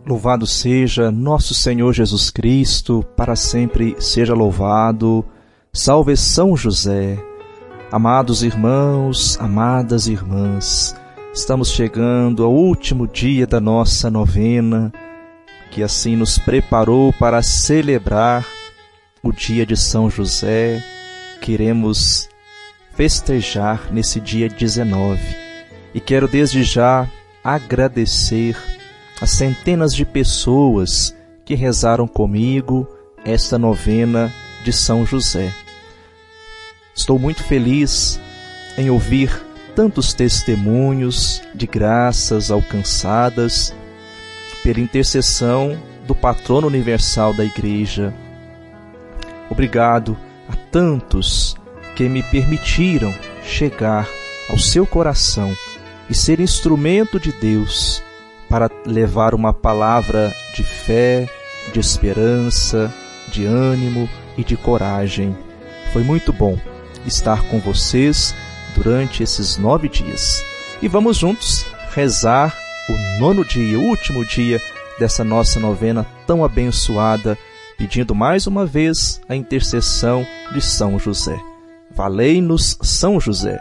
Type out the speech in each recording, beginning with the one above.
Louvado seja nosso Senhor Jesus Cristo, para sempre seja louvado. Salve São José. Amados irmãos, amadas irmãs, estamos chegando ao último dia da nossa novena, que assim nos preparou para celebrar o dia de São José. Queremos festejar nesse dia 19 e quero desde já agradecer as centenas de pessoas que rezaram comigo esta novena de São José. Estou muito feliz em ouvir tantos testemunhos de graças alcançadas pela intercessão do patrono universal da Igreja. Obrigado a tantos que me permitiram chegar ao seu coração e ser instrumento de Deus para levar uma palavra de fé, de esperança, de ânimo e de coragem. Foi muito bom estar com vocês durante esses 9 dias. E vamos juntos rezar o 9º dia, o último dia dessa nossa novena tão abençoada, pedindo mais uma vez a intercessão de São José. Valei-nos, São José.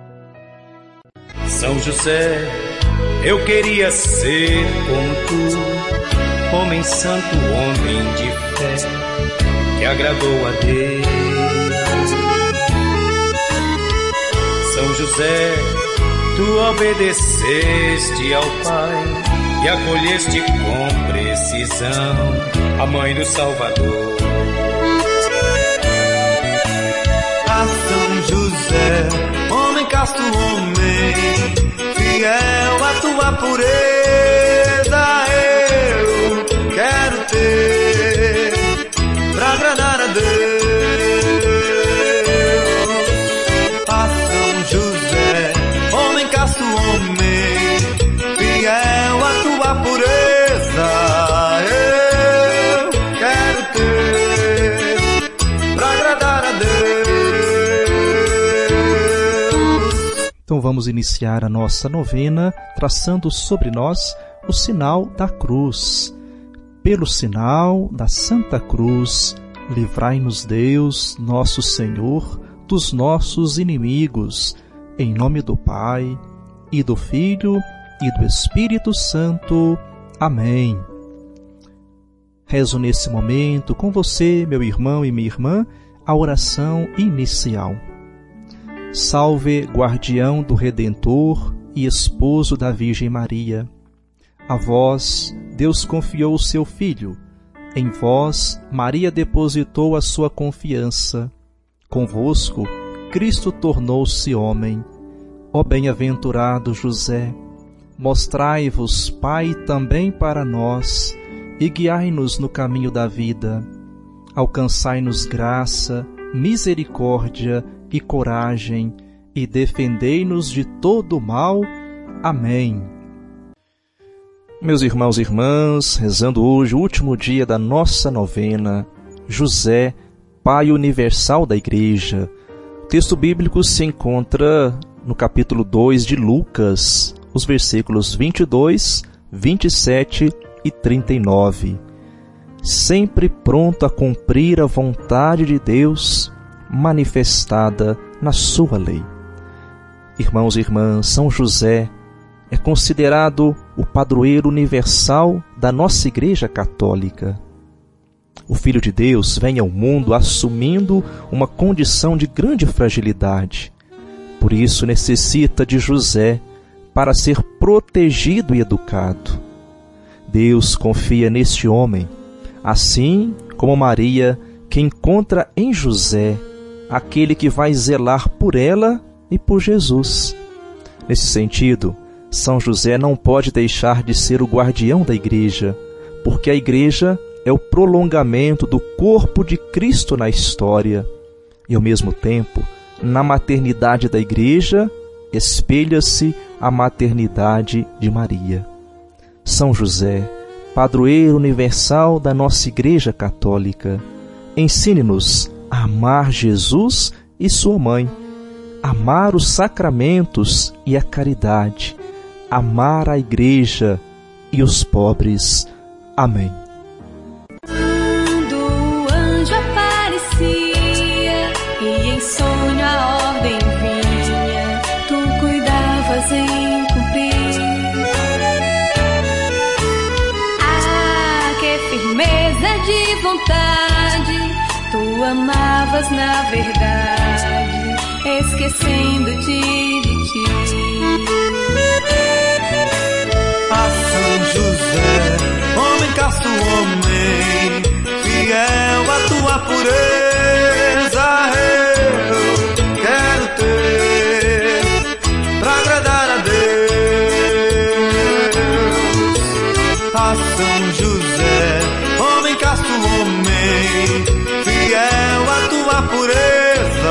São José, eu queria ser como tu, homem santo, homem de fé, que agradou a Deus. São José, tu obedeceste ao Pai e acolheste com precisão a Mãe do Salvador. A São José, homem casto, homem fiel à tua pureza, eu quero ter pra agradar a Deus. A São José, homem casto, homem fiel à tua pureza, eu quero ter pra agradar a Deus. Então vamos iniciar a nossa novena traçando sobre nós o sinal da cruz. Pelo sinal da Santa Cruz, livrai-nos Deus, nosso Senhor, dos nossos inimigos. Em nome do Pai, e do Filho, e do Espírito Santo. Amém. Rezo nesse momento com você, meu irmão e minha irmã, a oração inicial. Salve, guardião do Redentor e esposo da Virgem Maria. A vós, Deus confiou o seu Filho. Em vós, Maria depositou a sua confiança. Convosco, Cristo tornou-se homem. Ó bem-aventurado José, mostrai-vos, Pai, também para nós, e guiai-nos no caminho da vida. Alcançai-nos graça, misericórdia e coragem, e defendei-nos de todo o mal. Amém. Meus irmãos e irmãs, rezando hoje o último dia da nossa novena, José, Pai universal da Igreja. O texto bíblico se encontra no capítulo 2 de Lucas, os versículos 22, 27 e 39. Sempre pronto a cumprir a vontade de Deus, manifestada na sua lei. Irmãos e irmãs, São José é considerado o padroeiro universal da nossa Igreja Católica. O Filho de Deus vem ao mundo assumindo uma condição de grande fragilidade. Por isso necessita de José para ser protegido e educado. Deus confia neste homem, assim como Maria, que encontra em José aquele que vai zelar por ela e por Jesus. Nesse sentido, São José não pode deixar de ser o guardião da Igreja, porque a Igreja é o prolongamento do corpo de Cristo na história e, ao mesmo tempo, na maternidade da Igreja, espelha-se a maternidade de Maria. São José, padroeiro universal da nossa Igreja Católica, ensine-nos a amar Jesus e sua mãe, amar os sacramentos e a caridade, amar a Igreja e os pobres, Amém. Quando o anjo aparecia e em sonho a ordem vinha, tu cuidavas em cumprir. Ah, que firmeza de vontade, tu amavas na verdade, esquecendo-te de ti. A São José, homem casto, homem fiel à tua pureza, eu quero ter pra agradar a Deus. A São José, homem casto, homem fiel à tua pureza,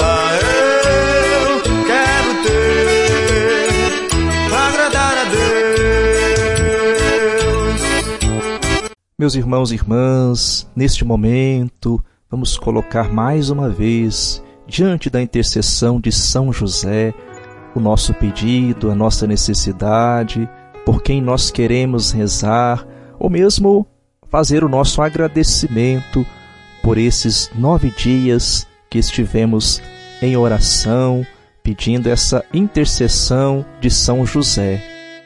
eu quero ter pra agradar a Deus. Meus irmãos e irmãs, neste momento, vamos colocar mais uma vez, diante da intercessão de São José, o nosso pedido, a nossa necessidade, por quem nós queremos rezar, ou mesmo fazer o nosso agradecimento por esses 9 dias que estivemos em oração, pedindo essa intercessão de São José.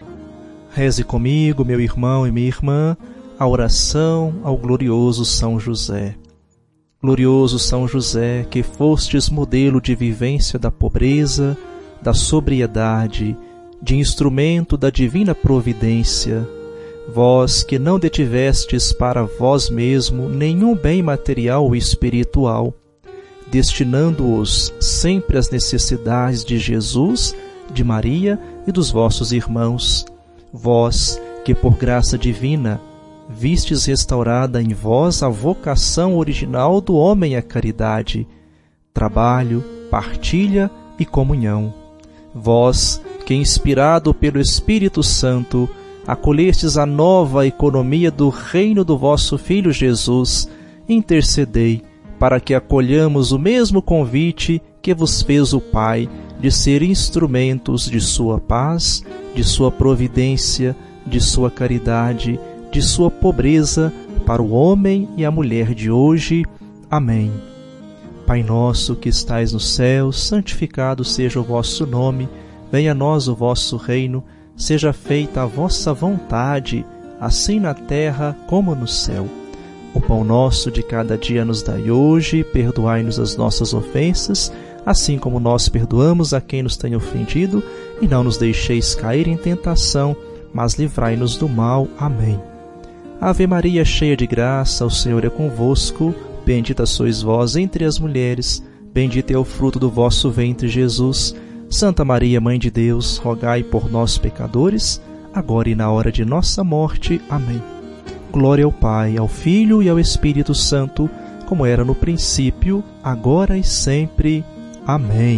Reze comigo, meu irmão e minha irmã, a oração ao glorioso São José. Glorioso São José, que fostes modelo de vivência da pobreza, da sobriedade, de instrumento da divina providência, vós que não detivestes para vós mesmo nenhum bem material ou espiritual, destinando-os sempre às necessidades de Jesus, de Maria e dos vossos irmãos, vós que por graça divina vistes restaurada em vós a vocação original do homem à caridade, trabalho, partilha e comunhão. Vós, que inspirado pelo Espírito Santo, acolhestes a nova economia do reino do vosso Filho Jesus, intercedei para que acolhamos o mesmo convite que vos fez o Pai de ser instrumentos de sua paz, de sua providência, de sua caridade, de sua pobreza para o homem e a mulher de hoje. Amém. Pai nosso que estais no céu, santificado seja o vosso nome, venha a nós o vosso reino, seja feita a vossa vontade, assim na terra como no céu. O pão nosso de cada dia nos dai hoje, perdoai-nos as nossas ofensas, assim como nós perdoamos a quem nos tem ofendido, e não nos deixeis cair em tentação, mas livrai-nos do mal. Amém. Ave Maria, cheia de graça, o Senhor é convosco, bendita sois vós entre as mulheres, bendito é o fruto do vosso ventre, Jesus. Santa Maria, Mãe de Deus, rogai por nós, pecadores, agora e na hora de nossa morte. Amém. Glória ao Pai, ao Filho e ao Espírito Santo, como era no princípio, agora e sempre. Amém.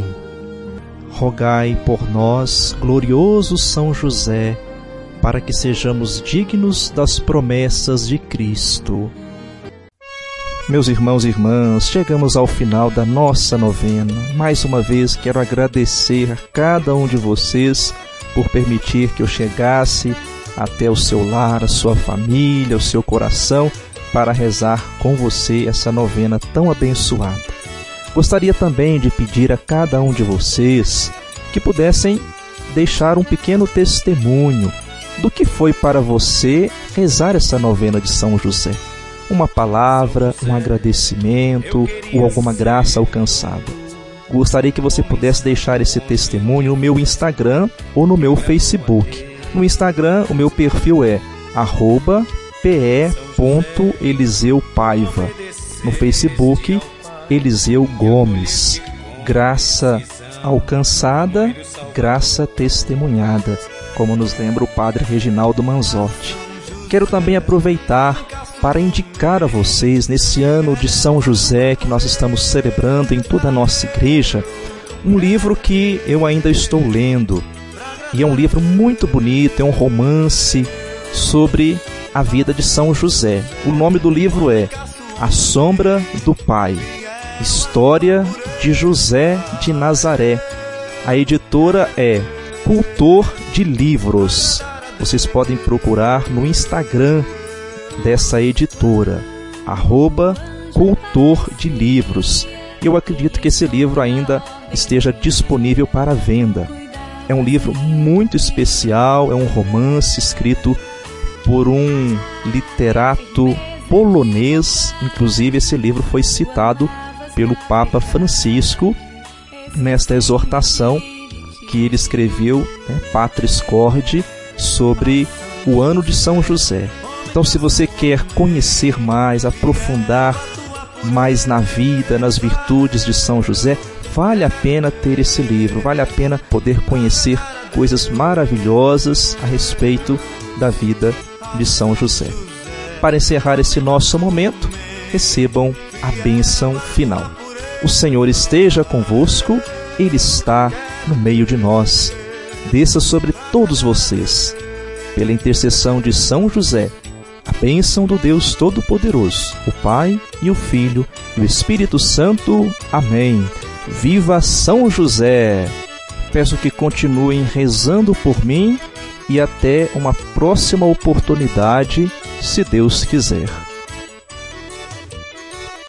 Rogai por nós, glorioso São José, para que sejamos dignos das promessas de Cristo. Meus irmãos e irmãs, chegamos ao final da nossa novena. Mais uma vez quero agradecer a cada um de vocês por permitir que eu chegasse até o seu lar, a sua família, o seu coração, para rezar com você essa novena tão abençoada. Gostaria também de pedir a cada um de vocês que pudessem deixar um pequeno testemunho do que foi para você rezar essa novena de São José. Uma palavra, um agradecimento ou alguma graça alcançada. Gostaria que você pudesse deixar esse testemunho no meu Instagram ou no meu Facebook. No Instagram, o meu perfil é @pe.eliseupaiva. No Facebook, Eliseu Gomes. Graça alcançada, graça testemunhada, como nos lembra o Padre Reginaldo Manzotti. Quero também aproveitar para indicar a vocês, nesse ano de São José que nós estamos celebrando em toda a nossa igreja, um livro que eu ainda estou lendo. E é um livro muito bonito, é um romance sobre a vida de São José. O nome do livro é A Sombra do Pai, História de José de Nazaré. A editora é Cultor de Livros. Vocês podem procurar no Instagram dessa editora, @Cultor de Livros. Eu acredito que esse livro ainda esteja disponível para venda. É um livro muito especial, é um romance escrito por um literato polonês. Inclusive, esse livro foi citado pelo Papa Francisco nesta exortação que ele escreveu, Patris Corde, sobre o ano de São José. Então, se você quer conhecer mais, aprofundar mais na vida, nas virtudes de São José, vale a pena ter esse livro, vale a pena poder conhecer coisas maravilhosas a respeito da vida de São José. Para encerrar esse nosso momento, recebam a bênção final. O Senhor esteja convosco, Ele está no meio de nós. Desça sobre todos vocês, pela intercessão de São José, a bênção do Deus Todo-Poderoso, o Pai e o Filho e o Espírito Santo. Amém. Viva São José! Peço que continuem rezando por mim e até uma próxima oportunidade, se Deus quiser.